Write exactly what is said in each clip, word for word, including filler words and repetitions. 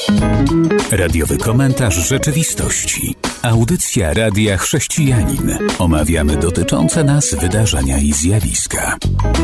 Radiowy komentarz rzeczywistości. Audycja Radia Chrześcijanin. Omawiamy dotyczące nas wydarzenia i zjawiska.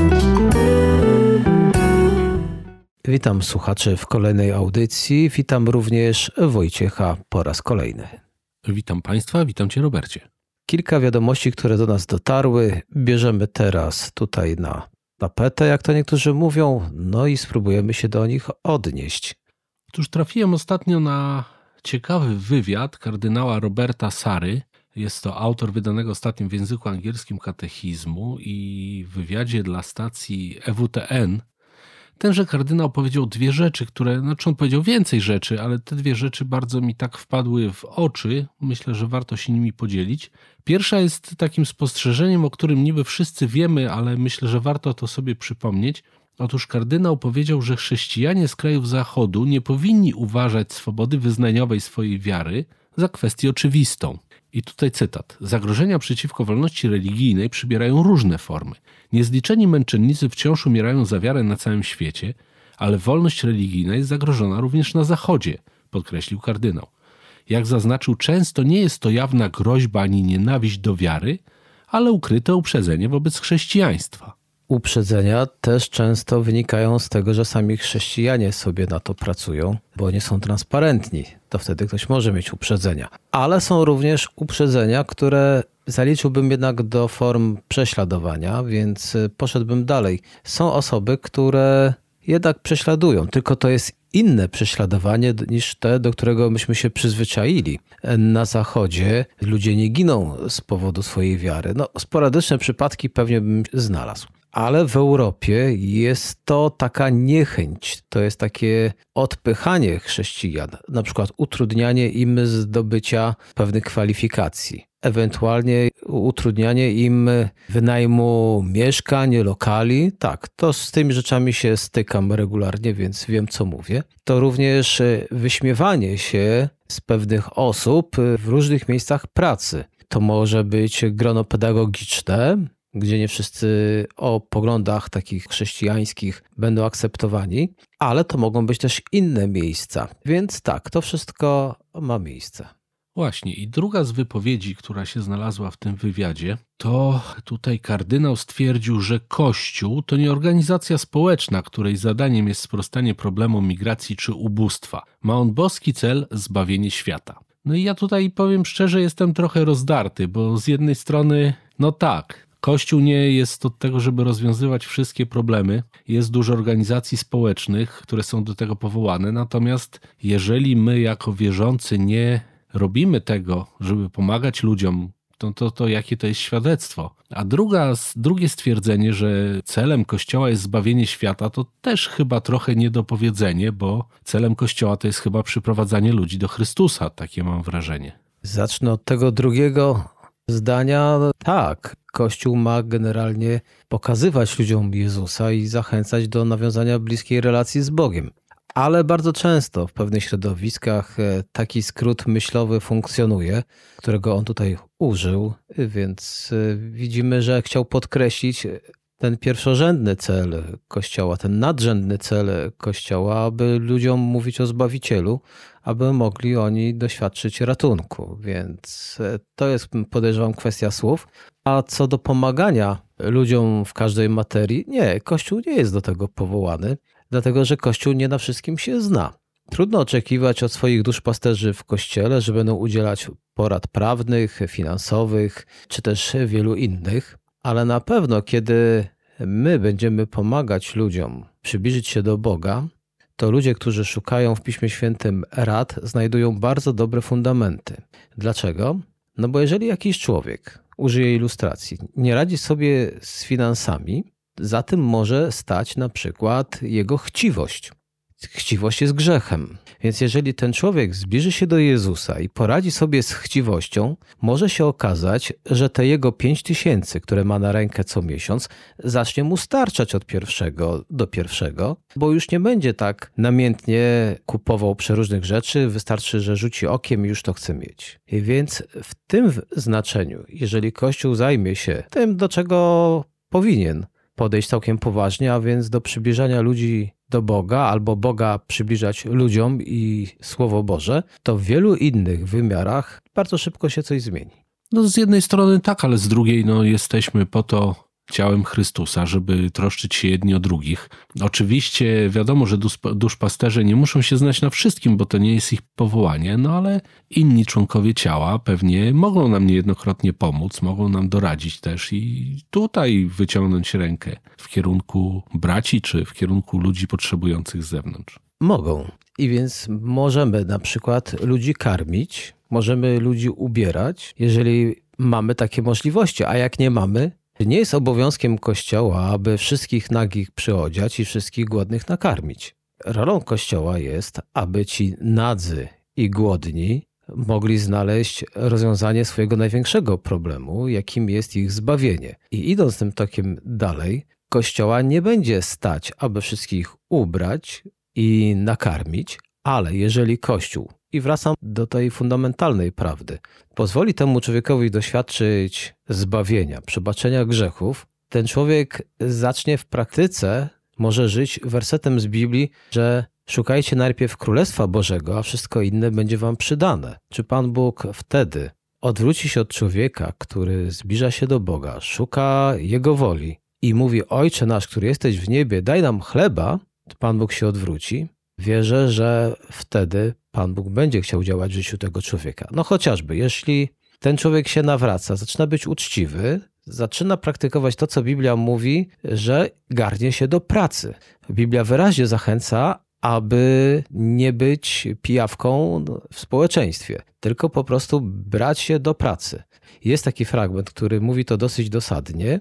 Witam słuchaczy w kolejnej audycji. Witam również Wojciecha po raz kolejny. Witam Państwa, witam Cię, Robercie. Kilka wiadomości, które do nas dotarły, bierzemy teraz tutaj na tapetę, jak to niektórzy mówią, no i spróbujemy się do nich odnieść. Otóż trafiłem ostatnio na ciekawy wywiad kardynała Roberta Sary. Jest to autor wydanego ostatnio w języku angielskim katechizmu i w wywiadzie dla stacji E W T N tenże kardynał powiedział dwie rzeczy, które, znaczy on powiedział więcej rzeczy, ale te dwie rzeczy bardzo mi tak wpadły w oczy. Myślę, że warto się nimi podzielić. Pierwsza jest takim spostrzeżeniem, o którym niby wszyscy wiemy, ale myślę, że warto to sobie przypomnieć. Otóż kardynał powiedział, że chrześcijanie z krajów Zachodu nie powinni uważać swobody wyznaniowej swojej wiary za kwestię oczywistą. I tutaj cytat. Zagrożenia przeciwko wolności religijnej przybierają różne formy. Niezliczeni męczennicy wciąż umierają za wiarę na całym świecie, ale wolność religijna jest zagrożona również na Zachodzie, podkreślił kardynał. Jak zaznaczył, często nie jest to jawna groźba ani nienawiść do wiary, ale ukryte uprzedzenie wobec chrześcijaństwa. Uprzedzenia też często wynikają z tego, że sami chrześcijanie sobie na to pracują, bo nie są transparentni. To wtedy ktoś może mieć uprzedzenia. Ale są również uprzedzenia, które zaliczyłbym jednak do form prześladowania, więc poszedłbym dalej. Są osoby, które jednak prześladują, tylko to jest inne prześladowanie niż te, do którego myśmy się przyzwyczaili. Na Zachodzie ludzie nie giną z powodu swojej wiary. No, sporadyczne przypadki pewnie bym znalazł. Ale w Europie jest to taka niechęć, to jest takie odpychanie chrześcijan, na przykład utrudnianie im zdobycia pewnych kwalifikacji, ewentualnie utrudnianie im wynajmu mieszkań, lokali. Tak, to z tymi rzeczami się stykam regularnie, więc wiem, co mówię. To również wyśmiewanie się z pewnych osób w różnych miejscach pracy. To może być grono pedagogiczne, gdzie nie wszyscy o poglądach takich chrześcijańskich będą akceptowani, ale to mogą być też inne miejsca. Więc tak, to wszystko ma miejsce. Właśnie i druga z wypowiedzi, która się znalazła w tym wywiadzie, to tutaj kardynał stwierdził, że Kościół to nie organizacja społeczna, której zadaniem jest sprostanie problemom migracji czy ubóstwa. Ma on boski cel zbawienie świata. No i ja tutaj powiem szczerze, jestem trochę rozdarty, bo z jednej strony, no tak, Kościół nie jest od tego, żeby rozwiązywać wszystkie problemy. Jest dużo organizacji społecznych, które są do tego powołane. Natomiast jeżeli my jako wierzący nie robimy tego, żeby pomagać ludziom, to, to, to jakie to jest świadectwo? A druga, drugie stwierdzenie, że celem Kościoła jest zbawienie świata, to też chyba trochę niedopowiedzenie, bo celem Kościoła to jest chyba przyprowadzanie ludzi do Chrystusa. Takie mam wrażenie. Zacznę od tego drugiego zdania. Tak, Kościół ma generalnie pokazywać ludziom Jezusa i zachęcać do nawiązania bliskiej relacji z Bogiem. Ale bardzo często w pewnych środowiskach taki skrót myślowy funkcjonuje, którego on tutaj użył, więc widzimy, że chciał podkreślić ten pierwszorzędny cel Kościoła, ten nadrzędny cel Kościoła, aby ludziom mówić o Zbawicielu, aby mogli oni doświadczyć ratunku. Więc to jest, podejrzewam, kwestia słów. A co do pomagania ludziom w każdej materii, nie, Kościół nie jest do tego powołany, dlatego że Kościół nie na wszystkim się zna. Trudno oczekiwać od swoich duszpasterzy w Kościele, że będą udzielać porad prawnych, finansowych, czy też wielu innych, ale na pewno kiedy my będziemy pomagać ludziom przybliżyć się do Boga, to ludzie, którzy szukają w Piśmie Świętym rad, znajdują bardzo dobre fundamenty. Dlaczego? No bo jeżeli jakiś człowiek, użyję ilustracji, nie radzi sobie z finansami, za tym może stać na przykład jego chciwość. Chciwość jest grzechem. Więc jeżeli ten człowiek zbliży się do Jezusa i poradzi sobie z chciwością, może się okazać, że te jego pięć tysięcy, które ma na rękę co miesiąc, zacznie mu starczać od pierwszego do pierwszego, bo już nie będzie tak namiętnie kupował przeróżnych rzeczy, wystarczy, że rzuci okiem i już to chce mieć. I więc w tym znaczeniu, jeżeli Kościół zajmie się tym, do czego powinien, podejść całkiem poważnie, a więc do przybliżania ludzi do Boga albo Boga przybliżać ludziom i Słowo Boże, to w wielu innych wymiarach bardzo szybko się coś zmieni. No z jednej strony tak, ale z drugiej no jesteśmy po to ciałem Chrystusa, żeby troszczyć się jedni o drugich. Oczywiście wiadomo, że duszpasterze nie muszą się znać na wszystkim, bo to nie jest ich powołanie, no ale inni członkowie ciała pewnie mogą nam niejednokrotnie pomóc, mogą nam doradzić też i tutaj wyciągnąć rękę w kierunku braci czy w kierunku ludzi potrzebujących z zewnątrz. Mogą. I więc możemy na przykład ludzi karmić, możemy ludzi ubierać, jeżeli mamy takie możliwości, a jak nie mamy, nie jest obowiązkiem Kościoła, aby wszystkich nagich przyodziać i wszystkich głodnych nakarmić. Rolą Kościoła jest, aby ci nadzy i głodni mogli znaleźć rozwiązanie swojego największego problemu, jakim jest ich zbawienie. I idąc tym tokiem dalej, Kościoła nie będzie stać, aby wszystkich ubrać i nakarmić, ale jeżeli Kościół, i wracam do tej fundamentalnej prawdy, pozwoli temu człowiekowi doświadczyć zbawienia, przebaczenia grzechów, ten człowiek zacznie w praktyce, może żyć wersetem z Biblii, że szukajcie najpierw Królestwa Bożego, a wszystko inne będzie wam przydane. Czy Pan Bóg wtedy odwróci się od człowieka, który zbliża się do Boga, szuka Jego woli i mówi: Ojcze nasz, który jesteś w niebie, daj nam chleba, Pan Bóg się odwróci? Wierzę, że wtedy Pan Bóg będzie chciał działać w życiu tego człowieka. No chociażby, jeśli ten człowiek się nawraca, zaczyna być uczciwy, zaczyna praktykować to, co Biblia mówi, że garnie się do pracy. Biblia wyraźnie zachęca, aby nie być pijawką w społeczeństwie, tylko po prostu brać się do pracy. Jest taki fragment, który mówi to dosyć dosadnie,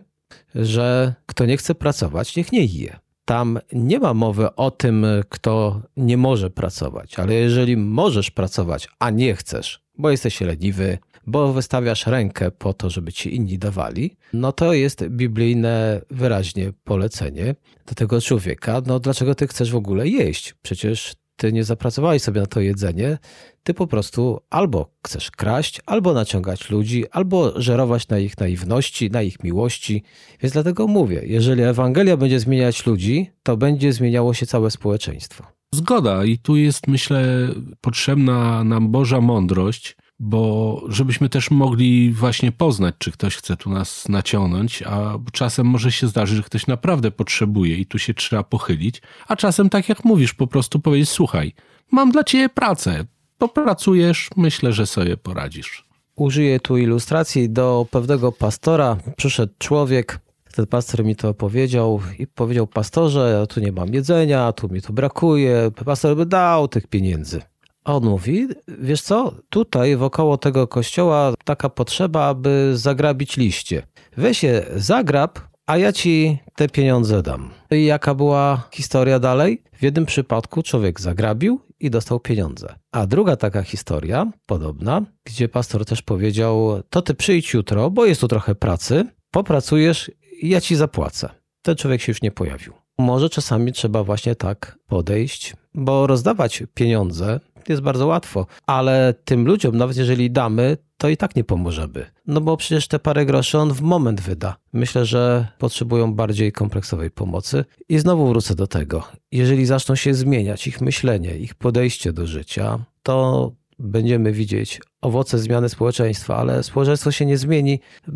że kto nie chce pracować, niech nie je. Tam nie ma mowy o tym, kto nie może pracować, ale jeżeli możesz pracować, a nie chcesz, bo jesteś leniwy, bo wystawiasz rękę po to, żeby ci inni dawali, no to jest biblijne wyraźnie polecenie do tego człowieka. No dlaczego ty chcesz w ogóle jeść? Przecież ty nie zapracowałeś sobie na to jedzenie, ty po prostu albo chcesz kraść, albo naciągać ludzi, albo żerować na ich naiwności, na ich miłości. Więc dlatego mówię, jeżeli Ewangelia będzie zmieniać ludzi, to będzie zmieniało się całe społeczeństwo. Zgoda i tu jest, myślę, potrzebna nam Boża mądrość, bo żebyśmy też mogli właśnie poznać, czy ktoś chce tu nas naciągnąć, a czasem może się zdarzyć, że ktoś naprawdę potrzebuje i tu się trzeba pochylić, a czasem, tak jak mówisz, po prostu powiedzieć: słuchaj, mam dla ciebie pracę, popracujesz, myślę, że sobie poradzisz. Użyję tu ilustracji do pewnego pastora. Przyszedł człowiek, ten pastor mi to powiedział i powiedział: pastorze, ja tu nie mam jedzenia, tu mi to brakuje, pastor by dał tych pieniędzy. A on mówi: wiesz co, tutaj wokoło tego kościoła taka potrzeba, aby zagrabić liście. Weź je zagrab, a ja ci te pieniądze dam. I jaka była historia dalej? W jednym przypadku człowiek zagrabił i dostał pieniądze. A druga taka historia, podobna, gdzie pastor też powiedział: to ty przyjdź jutro, bo jest tu trochę pracy, popracujesz i ja ci zapłacę. Ten człowiek się już nie pojawił. Może czasami trzeba właśnie tak podejść, bo rozdawać pieniądze jest bardzo łatwo, ale tym ludziom, nawet jeżeli damy, to i tak nie pomożemy. No bo przecież te parę groszy on w moment wyda. Myślę, że potrzebują bardziej kompleksowej pomocy. I znowu wrócę do tego. Jeżeli zaczną się zmieniać ich myślenie, ich podejście do życia, to będziemy widzieć owoce zmiany społeczeństwa, ale społeczeństwo się nie zmieni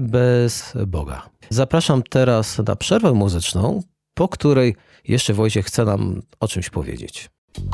bez Boga. Zapraszam teraz na przerwę muzyczną, po której jeszcze Wojciech chce nam o czymś powiedzieć.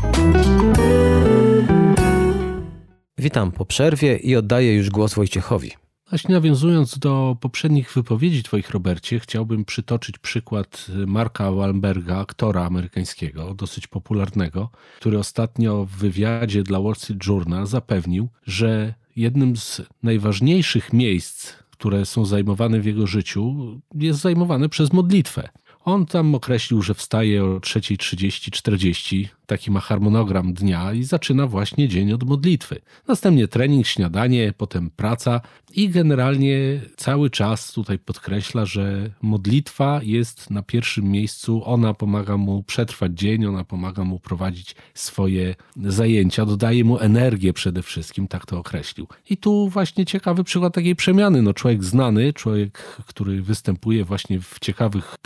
Witam po przerwie i oddaję już głos Wojciechowi. Właśnie nawiązując do poprzednich wypowiedzi twoich, Robercie, chciałbym przytoczyć przykład Marka Wahlberga, aktora amerykańskiego, dosyć popularnego, który ostatnio w wywiadzie dla Wall Street Journal zapewnił, że jednym z najważniejszych miejsc, które są zajmowane w jego życiu, jest zajmowane przez modlitwę. On tam określił, że wstaje o trzecia trzydzieści czterdzieści, taki ma harmonogram dnia i zaczyna właśnie dzień od modlitwy. Następnie trening, śniadanie, potem praca i generalnie cały czas tutaj podkreśla, że modlitwa jest na pierwszym miejscu. Ona pomaga mu przetrwać dzień, ona pomaga mu prowadzić swoje zajęcia, dodaje mu energię przede wszystkim, tak to określił. I tu właśnie ciekawy przykład takiej przemiany. No człowiek znany, człowiek, który występuje właśnie w ciekawych tych współczesnych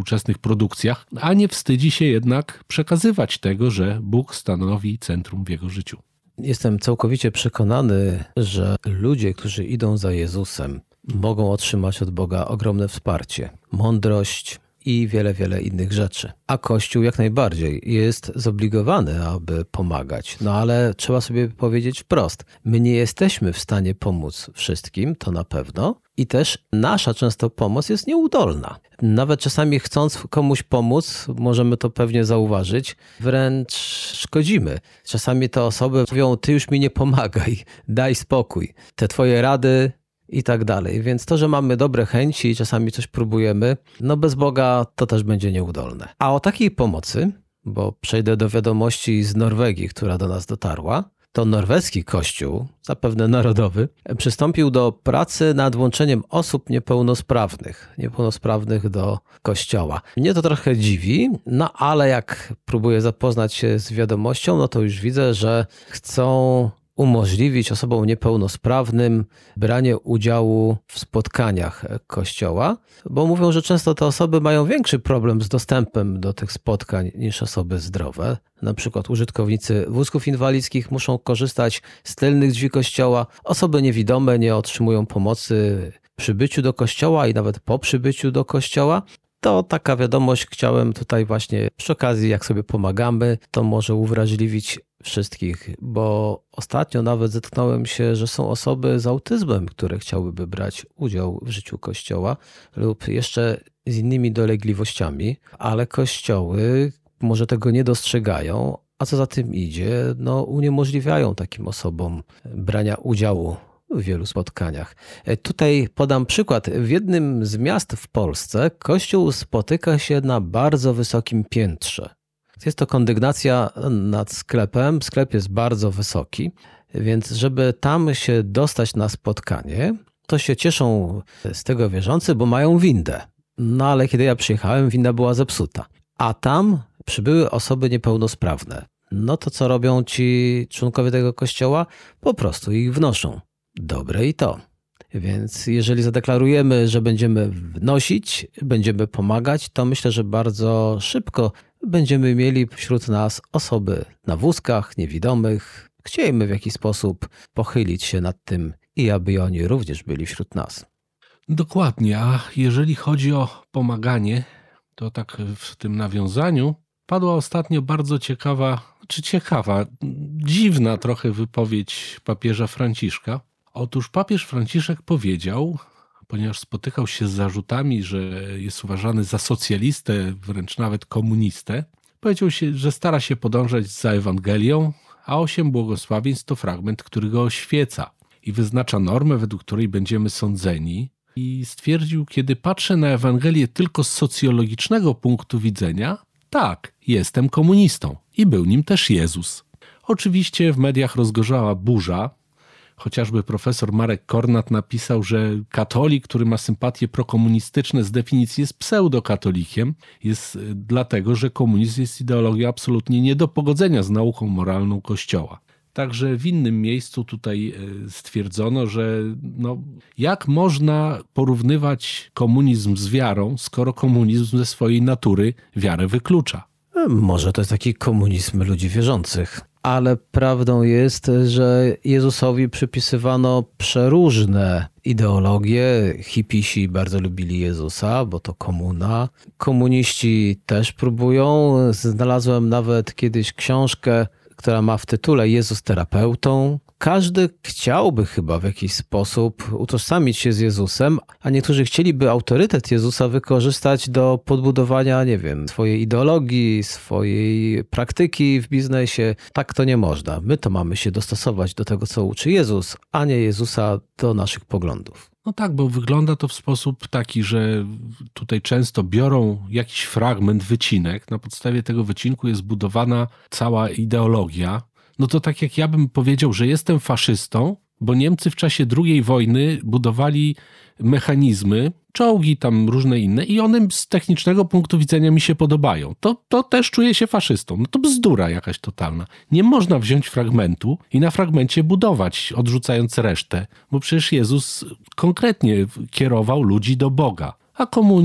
współczesnych produkcjach, a nie wstydzi się jednak przekazywać tego, że Bóg stanowi centrum w jego życiu. Jestem całkowicie przekonany, że ludzie, którzy idą za Jezusem, mogą otrzymać od Boga ogromne wsparcie, mądrość i wiele, wiele innych rzeczy. A Kościół jak najbardziej jest zobligowany, aby pomagać. No ale trzeba sobie powiedzieć wprost, my nie jesteśmy w stanie pomóc wszystkim, to na pewno. I też nasza często pomoc jest nieudolna. Nawet czasami chcąc komuś pomóc, możemy to pewnie zauważyć, wręcz szkodzimy. Czasami te osoby mówią, ty już mi nie pomagaj, daj spokój. Te twoje rady i tak dalej. Więc to, że mamy dobre chęci i czasami coś próbujemy, no bez Boga to też będzie nieudolne. A o takiej pomocy, bo przejdę do wiadomości z Norwegii, która do nas dotarła, to norweski kościół, zapewne narodowy, przystąpił do pracy nad łączeniem osób niepełnosprawnych, niepełnosprawnych do kościoła. Mnie to trochę dziwi, no ale jak próbuję zapoznać się z wiadomością, no to już widzę, że chcą umożliwić osobom niepełnosprawnym branie udziału w spotkaniach Kościoła, bo mówią, że często te osoby mają większy problem z dostępem do tych spotkań niż osoby zdrowe. Na przykład użytkownicy wózków inwalidzkich muszą korzystać z tylnych drzwi Kościoła. Osoby niewidome nie otrzymują pomocy przy byciu do Kościoła i nawet po przybyciu do Kościoła. To taka wiadomość chciałem tutaj właśnie przy okazji, jak sobie pomagamy, to może uwrażliwić wszystkich, bo ostatnio nawet zetknąłem się, że są osoby z autyzmem, które chciałyby brać udział w życiu Kościoła lub jeszcze z innymi dolegliwościami, ale kościoły może tego nie dostrzegają, a co za tym idzie, no uniemożliwiają takim osobom brania udziału w wielu spotkaniach. Tutaj podam przykład. W jednym z miast w Polsce kościół spotyka się na bardzo wysokim piętrze. Jest to kondygnacja nad sklepem. Sklep jest bardzo wysoki, więc żeby tam się dostać na spotkanie, to się cieszą z tego wierzący, bo mają windę. No ale kiedy ja przyjechałem, winda była zepsuta. A tam przybyły osoby niepełnosprawne. No to co robią ci członkowie tego kościoła? Po prostu ich wnoszą. Dobre i to. Więc jeżeli zadeklarujemy, że będziemy wnosić, będziemy pomagać, to myślę, że bardzo szybko będziemy mieli wśród nas osoby na wózkach, niewidomych. Chcielibyśmy w jakiś sposób pochylić się nad tym i aby oni również byli wśród nas. Dokładnie, a jeżeli chodzi o pomaganie, to tak w tym nawiązaniu padła ostatnio bardzo ciekawa, czy ciekawa, dziwna trochę wypowiedź papieża Franciszka. Otóż papież Franciszek powiedział, ponieważ spotykał się z zarzutami, że jest uważany za socjalistę, wręcz nawet komunistę, powiedział się, że stara się podążać za Ewangelią, a osiem błogosławieństw to fragment, który go oświeca i wyznacza normę, według której będziemy sądzeni. I stwierdził, kiedy patrzę na Ewangelię tylko z socjologicznego punktu widzenia, tak, jestem komunistą i był nim też Jezus. Oczywiście w mediach rozgorzała burza. Chociażby profesor Marek Kornat napisał, że katolik, który ma sympatie prokomunistyczne, z definicji jest pseudokatolikiem. Jest dlatego, że komunizm jest ideologią absolutnie nie do pogodzenia z nauką moralną Kościoła. Także w innym miejscu tutaj stwierdzono, że no, jak można porównywać komunizm z wiarą, skoro komunizm ze swojej natury wiarę wyklucza. Może to jest taki komunizm ludzi wierzących. Ale prawdą jest, że Jezusowi przypisywano przeróżne ideologie. Hipisi bardzo lubili Jezusa, bo to komuna. Komuniści też próbują. Znalazłem nawet kiedyś książkę, która ma w tytule Jezus terapeutą. Każdy chciałby chyba w jakiś sposób utożsamić się z Jezusem, a niektórzy chcieliby autorytet Jezusa wykorzystać do podbudowania, nie wiem, swojej ideologii, swojej praktyki w biznesie. Tak to nie można. My to mamy się dostosować do tego, co uczy Jezus, a nie Jezusa do naszych poglądów. No tak, bo wygląda to w sposób taki, że tutaj często biorą jakiś fragment, wycinek, na podstawie tego wycinku jest budowana cała ideologia. No to tak jak ja bym powiedział, że jestem faszystą, bo Niemcy w czasie drugiej wojny budowali mechanizmy, czołgi tam różne inne i one z technicznego punktu widzenia mi się podobają. To, to też czuję się faszystą. No to bzdura jakaś totalna. Nie można wziąć fragmentu i na fragmencie budować, odrzucając resztę, bo przecież Jezus konkretnie kierował ludzi do Boga. A komunizm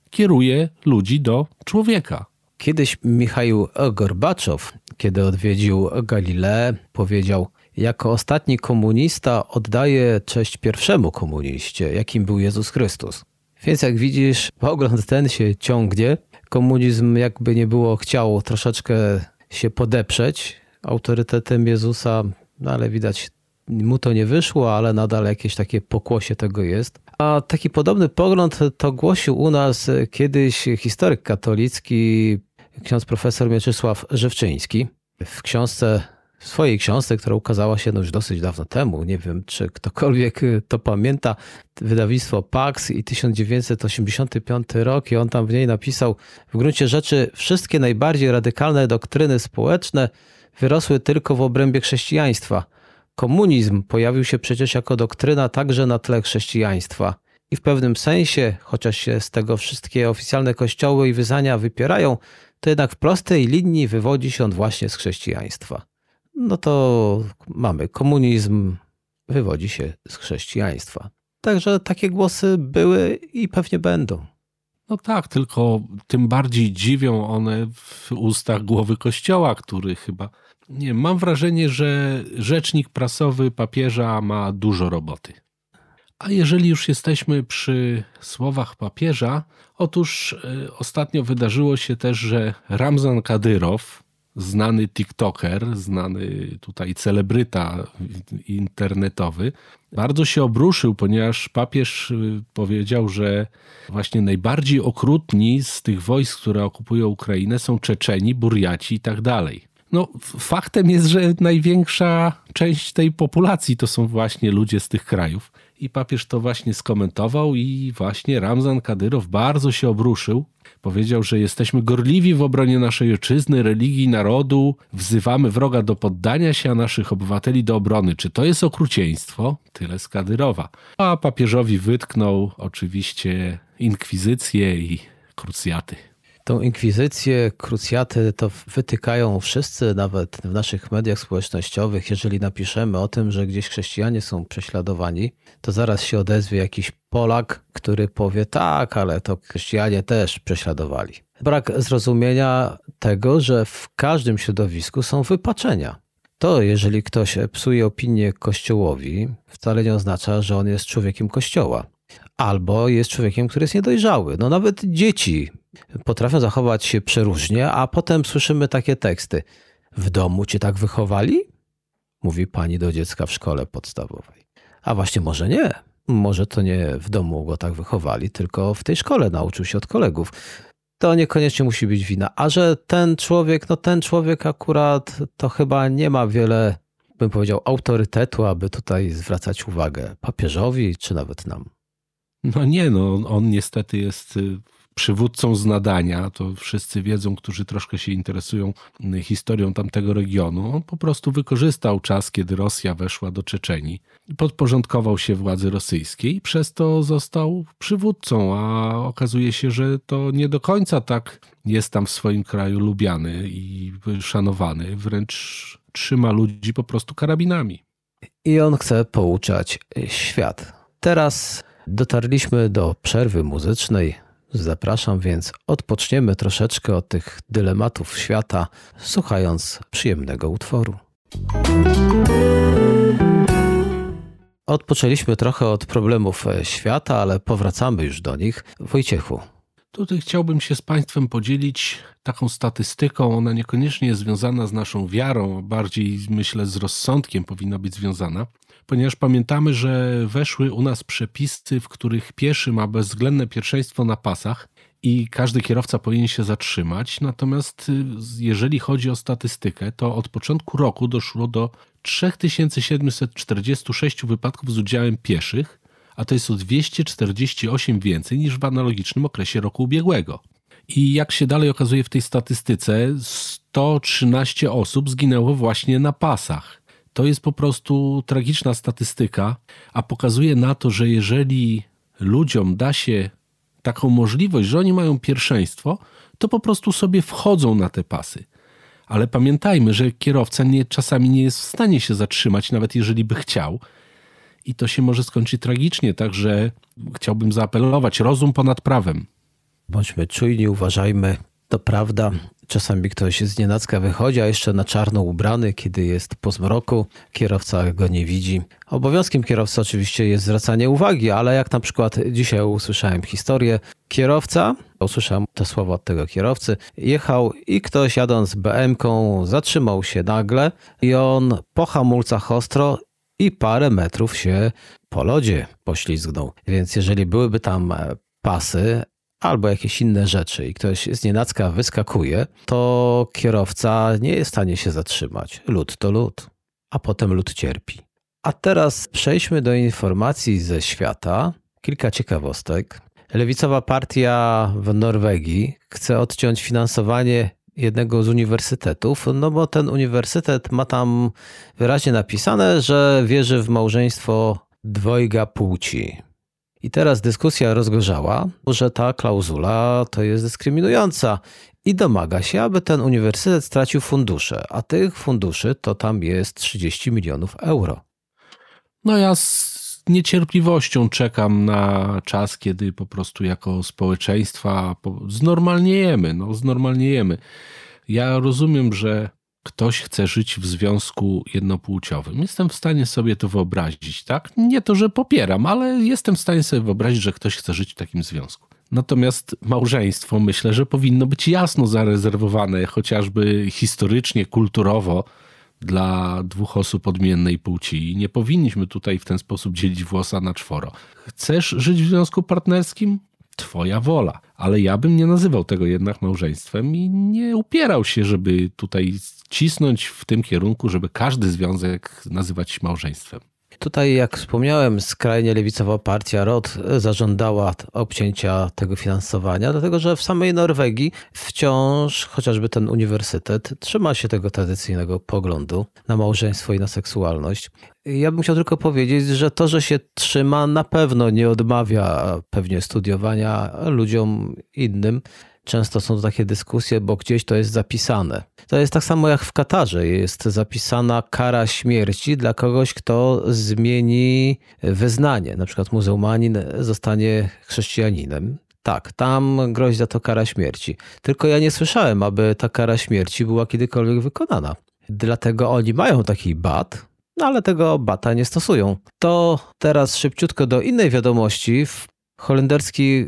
kieruje ludzi do człowieka. Kiedyś Michaił Gorbaczow, kiedy odwiedził Galileę, powiedział: jako ostatni komunista oddaję cześć pierwszemu komuniście, jakim był Jezus Chrystus. Więc jak widzisz, pogląd ten się ciągnie. Komunizm, jakby nie było, chciał troszeczkę się podeprzeć autorytetem Jezusa, no ale widać, mu to nie wyszło, ale nadal jakieś takie pokłosie tego jest. A taki podobny pogląd to głosił u nas kiedyś historyk katolicki, ksiądz profesor Mieczysław Żywczyński. W książce, w swojej książce, która ukazała się no już dosyć dawno temu, nie wiem czy ktokolwiek to pamięta, wydawnictwo Pax i tysiąc dziewięćset osiemdziesiąty piąty rok, i on tam w niej napisał: w gruncie rzeczy wszystkie najbardziej radykalne doktryny społeczne wyrosły tylko w obrębie chrześcijaństwa. Komunizm pojawił się przecież jako doktryna także na tle chrześcijaństwa. I w pewnym sensie, chociaż się z tego wszystkie oficjalne kościoły i wyznania wypierają, to jednak w prostej linii wywodzi się on właśnie z chrześcijaństwa. No to mamy komunizm, wywodzi się z chrześcijaństwa. Także takie głosy były i pewnie będą. No tak, tylko tym bardziej dziwią one w ustach głowy Kościoła, który chyba... Nie, mam wrażenie, że rzecznik prasowy papieża ma dużo roboty. A jeżeli już jesteśmy przy słowach papieża, otóż y, ostatnio wydarzyło się też, że Ramzan Kadyrow, znany TikToker, znany tutaj celebryta internetowy, bardzo się obruszył, ponieważ papież powiedział, że właśnie najbardziej okrutni z tych wojsk, które okupują Ukrainę, są Czeczeni, Burjaci i tak dalej. No, faktem jest, że największa część tej populacji to są właśnie ludzie z tych krajów. I papież to właśnie skomentował i właśnie Ramzan Kadyrow bardzo się obruszył. Powiedział, że jesteśmy gorliwi w obronie naszej ojczyzny, religii, narodu, wzywamy wroga do poddania się, a naszych obywateli do obrony. Czy to jest okrucieństwo? Tyle z Kadyrowa. A papieżowi wytknął oczywiście inkwizycję i krucjaty. Tą inkwizycję, krucjaty to wytykają wszyscy, nawet w naszych mediach społecznościowych. Jeżeli napiszemy o tym, że gdzieś chrześcijanie są prześladowani, to zaraz się odezwie jakiś Polak, który powie: tak, ale to chrześcijanie też prześladowali. Brak zrozumienia tego, że w każdym środowisku są wypaczenia. To, jeżeli ktoś psuje opinię Kościołowi, wcale nie oznacza, że on jest człowiekiem Kościoła. Albo jest człowiekiem, który jest niedojrzały. No nawet dzieci potrafią zachować się przeróżnie, a potem słyszymy takie teksty: w domu cię tak wychowali? Mówi pani do dziecka w szkole podstawowej. A właśnie może nie. Może to nie w domu go tak wychowali, tylko w tej szkole nauczył się od kolegów. To niekoniecznie musi być wina. A że ten człowiek, no ten człowiek akurat to chyba nie ma wiele, bym powiedział, autorytetu, aby tutaj zwracać uwagę papieżowi, czy nawet nam. No nie, no on niestety jest przywódcą z nadania, to wszyscy wiedzą, którzy troszkę się interesują historią tamtego regionu. On po prostu wykorzystał czas, kiedy Rosja weszła do Czeczenii, podporządkował się władzy rosyjskiej i przez to został przywódcą, a okazuje się, że to nie do końca tak jest tam w swoim kraju lubiany i szanowany, wręcz trzyma ludzi po prostu karabinami. I on chce pouczać świat. Teraz dotarliśmy do przerwy muzycznej. Zapraszam, więc odpoczniemy troszeczkę od tych dylematów świata, słuchając przyjemnego utworu. Odpoczęliśmy trochę od problemów świata, ale powracamy już do nich. Wojciechu. Tutaj chciałbym się z Państwem podzielić taką statystyką. Ona niekoniecznie jest związana z naszą wiarą, bardziej myślę z rozsądkiem powinna być związana. Ponieważ pamiętamy, że weszły u nas przepisy, w których pieszy ma bezwzględne pierwszeństwo na pasach i każdy kierowca powinien się zatrzymać. Natomiast jeżeli chodzi o statystykę, to od początku roku doszło do trzy tysiące siedemset czterdzieści sześć wypadków z udziałem pieszych, a to jest o dwieście czterdzieści osiem więcej niż w analogicznym okresie roku ubiegłego. I jak się dalej okazuje w tej statystyce, sto trzynaście osób zginęło właśnie na pasach. To jest po prostu tragiczna statystyka, a pokazuje na to, że jeżeli ludziom da się taką możliwość, że oni mają pierwszeństwo, to po prostu sobie wchodzą na te pasy. Ale pamiętajmy, że kierowca nie, czasami nie jest w stanie się zatrzymać, nawet jeżeli by chciał. I to się może skończyć tragicznie, także chciałbym zaapelować: rozum ponad prawem. Bądźmy czujni, uważajmy. To prawda, czasami ktoś z nienacka wychodzi, a jeszcze na czarno ubrany, kiedy jest po zmroku, kierowca go nie widzi. Obowiązkiem kierowcy oczywiście jest zwracanie uwagi, ale jak na przykład dzisiaj usłyszałem historię, kierowca, usłyszałem te słowa od tego kierowcy, jechał i ktoś jadąc be emką zatrzymał się nagle i on po hamulcach ostro i parę metrów się po lodzie poślizgnął. Więc jeżeli byłyby tam pasy albo jakieś inne rzeczy i ktoś z nienacka wyskakuje, to kierowca nie jest w stanie się zatrzymać. Lód to lód, a potem lód cierpi. A teraz przejdźmy do informacji ze świata. Kilka ciekawostek. Lewicowa partia w Norwegii chce odciąć finansowanie jednego z uniwersytetów, no bo ten uniwersytet ma tam wyraźnie napisane, że wierzy w małżeństwo dwojga płci. I teraz dyskusja rozgorzała, że ta klauzula to jest dyskryminująca i domaga się, aby ten uniwersytet stracił fundusze, a tych funduszy to tam jest trzydzieści milionów euro. No ja z niecierpliwością czekam na czas, kiedy po prostu jako społeczeństwa znormalniejemy, no znormalniejemy. Ja rozumiem, że ktoś chce żyć w związku jednopłciowym. Jestem w stanie sobie to wyobrazić, tak? Nie to, że popieram, ale jestem w stanie sobie wyobrazić, że ktoś chce żyć w takim związku. Natomiast małżeństwo myślę, że powinno być jasno zarezerwowane, chociażby historycznie, kulturowo, dla dwóch osób odmiennej płci. Nie powinniśmy tutaj w ten sposób dzielić włosa na czworo. Chcesz żyć w związku partnerskim? Twoja wola. Ale ja bym nie nazywał tego jednak małżeństwem i nie upierał się, żeby tutaj cisnąć w tym kierunku, żeby każdy związek nazywać małżeństwem. Tutaj, jak wspomniałem, skrajnie lewicowa partia R O D zażądała obcięcia tego finansowania, dlatego że w samej Norwegii wciąż chociażby ten uniwersytet trzyma się tego tradycyjnego poglądu na małżeństwo i na seksualność. Ja bym chciał tylko powiedzieć, że to, że się trzyma, na pewno nie odmawia pewnie studiowania ludziom innym. Często są to takie dyskusje, bo gdzieś to jest zapisane. To jest tak samo jak w Katarze. Jest zapisana kara śmierci dla kogoś, kto zmieni wyznanie. Na przykład muzułmanin zostanie chrześcijaninem. Tak, tam grozi za to kara śmierci. Tylko ja nie słyszałem, aby ta kara śmierci była kiedykolwiek wykonana. Dlatego oni mają taki bat, no ale tego bata nie stosują. To teraz szybciutko do innej wiadomości. Holenderski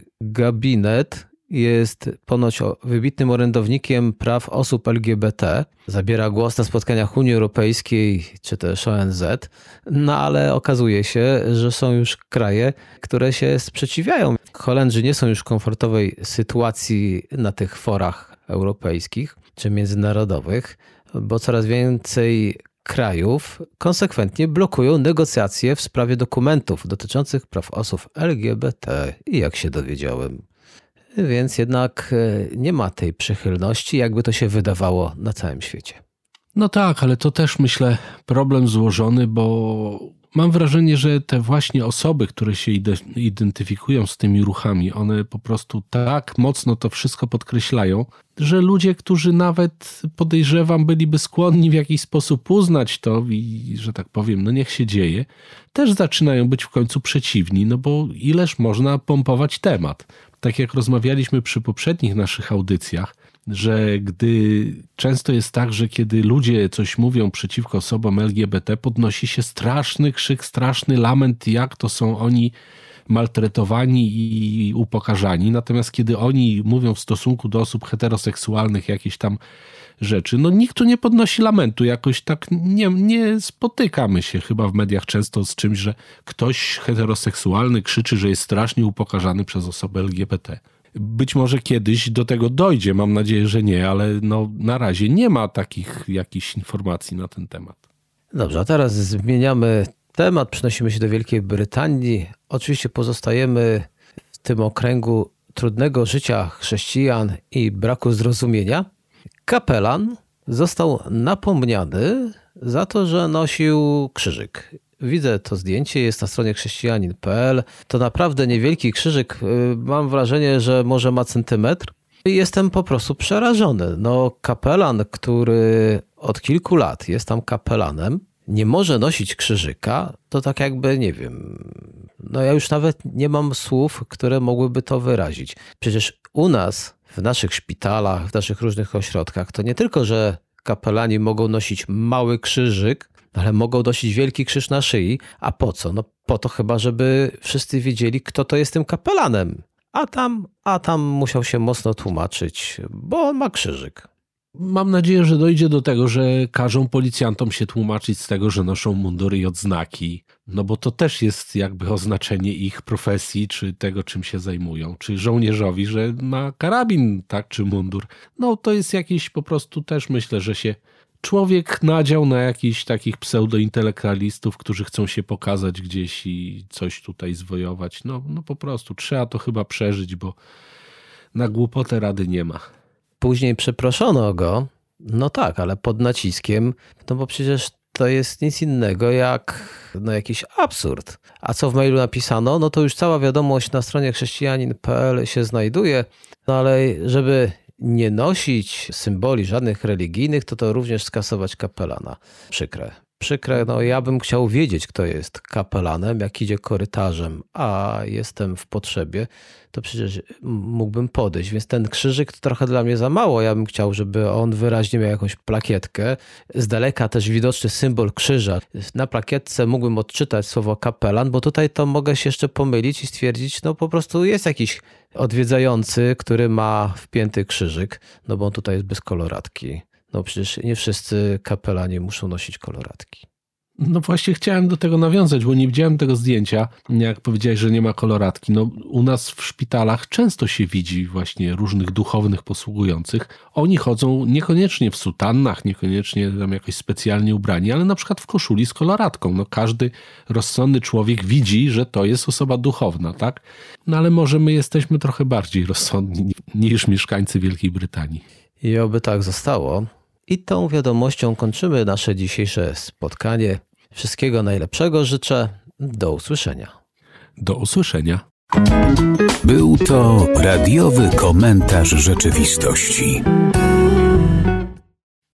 gabinet jest ponoć wybitnym orędownikiem praw osób L G B T. Zabiera głos na spotkaniach Unii Europejskiej czy też O N Z. No ale okazuje się, że są już kraje, które się sprzeciwiają. Holendrzy nie są już w komfortowej sytuacji na tych forach europejskich czy międzynarodowych, bo coraz więcej krajów konsekwentnie blokują negocjacje w sprawie dokumentów dotyczących praw osób L G B T. I jak się dowiedziałem, więc jednak nie ma tej przychylności, jakby to się wydawało na całym świecie. No tak, ale to też myślę problem złożony, bo mam wrażenie, że te właśnie osoby, które się identyfikują z tymi ruchami, one po prostu tak mocno to wszystko podkreślają, że ludzie, którzy nawet podejrzewam byliby skłonni w jakiś sposób uznać to i, że tak powiem, no niech się dzieje, też zaczynają być w końcu przeciwni, no bo ileż można pompować temat. Tak jak rozmawialiśmy przy poprzednich naszych audycjach, że gdy często jest tak, że kiedy ludzie coś mówią przeciwko osobom L G B T, podnosi się straszny krzyk, straszny lament, jak to są oni maltretowani i upokarzani. Natomiast kiedy oni mówią w stosunku do osób heteroseksualnych jakieś tam rzeczy, no nikt tu nie podnosi lamentu. Jakoś tak nie, nie spotykamy się chyba w mediach często z czymś, że ktoś heteroseksualny krzyczy, że jest strasznie upokarzany przez osobę L G B T. Być może kiedyś do tego dojdzie, mam nadzieję, że nie, ale no, na razie nie ma takich jakichś informacji na ten temat. Dobrze, a teraz zmieniamy temat, przenosimy się do Wielkiej Brytanii. Oczywiście pozostajemy w tym okręgu trudnego życia chrześcijan i braku zrozumienia. Kapelan został napomniany za to, że nosił krzyżyk. Widzę to zdjęcie, jest na stronie chrześcijanin kropka p l. To naprawdę niewielki krzyżyk. Mam wrażenie, że może ma centymetr. I jestem po prostu przerażony. No, kapelan, który od kilku lat jest tam kapelanem, nie może nosić krzyżyka, to tak jakby, nie wiem, no ja już nawet nie mam słów, które mogłyby to wyrazić. Przecież u nas, w naszych szpitalach, w naszych różnych ośrodkach, to nie tylko, że kapelani mogą nosić mały krzyżyk, ale mogą nosić wielki krzyż na szyi. A po co? No po to chyba, żeby wszyscy wiedzieli, kto to jest tym kapelanem. A tam, a tam musiał się mocno tłumaczyć, bo on ma krzyżyk. Mam nadzieję, że dojdzie do tego, że każą policjantom się tłumaczyć z tego, że noszą mundury i odznaki. No bo to też jest jakby oznaczenie ich profesji, czy tego, czym się zajmują. Czy żołnierzowi, że ma karabin, tak, czy mundur. No to jest jakieś po prostu też, myślę, że się człowiek nadział na jakichś takich pseudointelektualistów, którzy chcą się pokazać gdzieś i coś tutaj zwojować. No, no po prostu trzeba to chyba przeżyć, bo na głupotę rady nie ma. Później przeproszono go, no tak, ale pod naciskiem, no bo przecież to jest nic innego jak no jakiś absurd. A co w mailu napisano, no to już cała wiadomość na stronie chrześcijanin kropka p l się znajduje, no ale żeby nie nosić symboli żadnych religijnych, to to również skasować kapelana. Przykre. Przykre, no ja bym chciał wiedzieć, kto jest kapelanem, jak idzie korytarzem, a jestem w potrzebie, to przecież mógłbym podejść, więc ten krzyżyk to trochę dla mnie za mało. Ja bym chciał, żeby on wyraźnie miał jakąś plakietkę. Z daleka też widoczny symbol krzyża. Na plakietce mógłbym odczytać słowo kapelan, bo tutaj to mogę się jeszcze pomylić i stwierdzić, no po prostu jest jakiś odwiedzający, który ma wpięty krzyżyk, no bo on tutaj jest bez koloratki. No przecież nie wszyscy kapelani muszą nosić koloratki. No właśnie chciałem do tego nawiązać, bo nie widziałem tego zdjęcia, jak powiedziałeś, że nie ma koloratki. No u nas w szpitalach często się widzi właśnie różnych duchownych posługujących. Oni chodzą niekoniecznie w sutannach, niekoniecznie tam jakoś specjalnie ubrani, ale na przykład w koszuli z koloratką. No każdy rozsądny człowiek widzi, że to jest osoba duchowna, tak? No ale może my jesteśmy trochę bardziej rozsądni niż mieszkańcy Wielkiej Brytanii. I oby tak zostało. I tą wiadomością kończymy nasze dzisiejsze spotkanie. Wszystkiego najlepszego życzę. Do usłyszenia. Do usłyszenia. Był to radiowy komentarz rzeczywistości.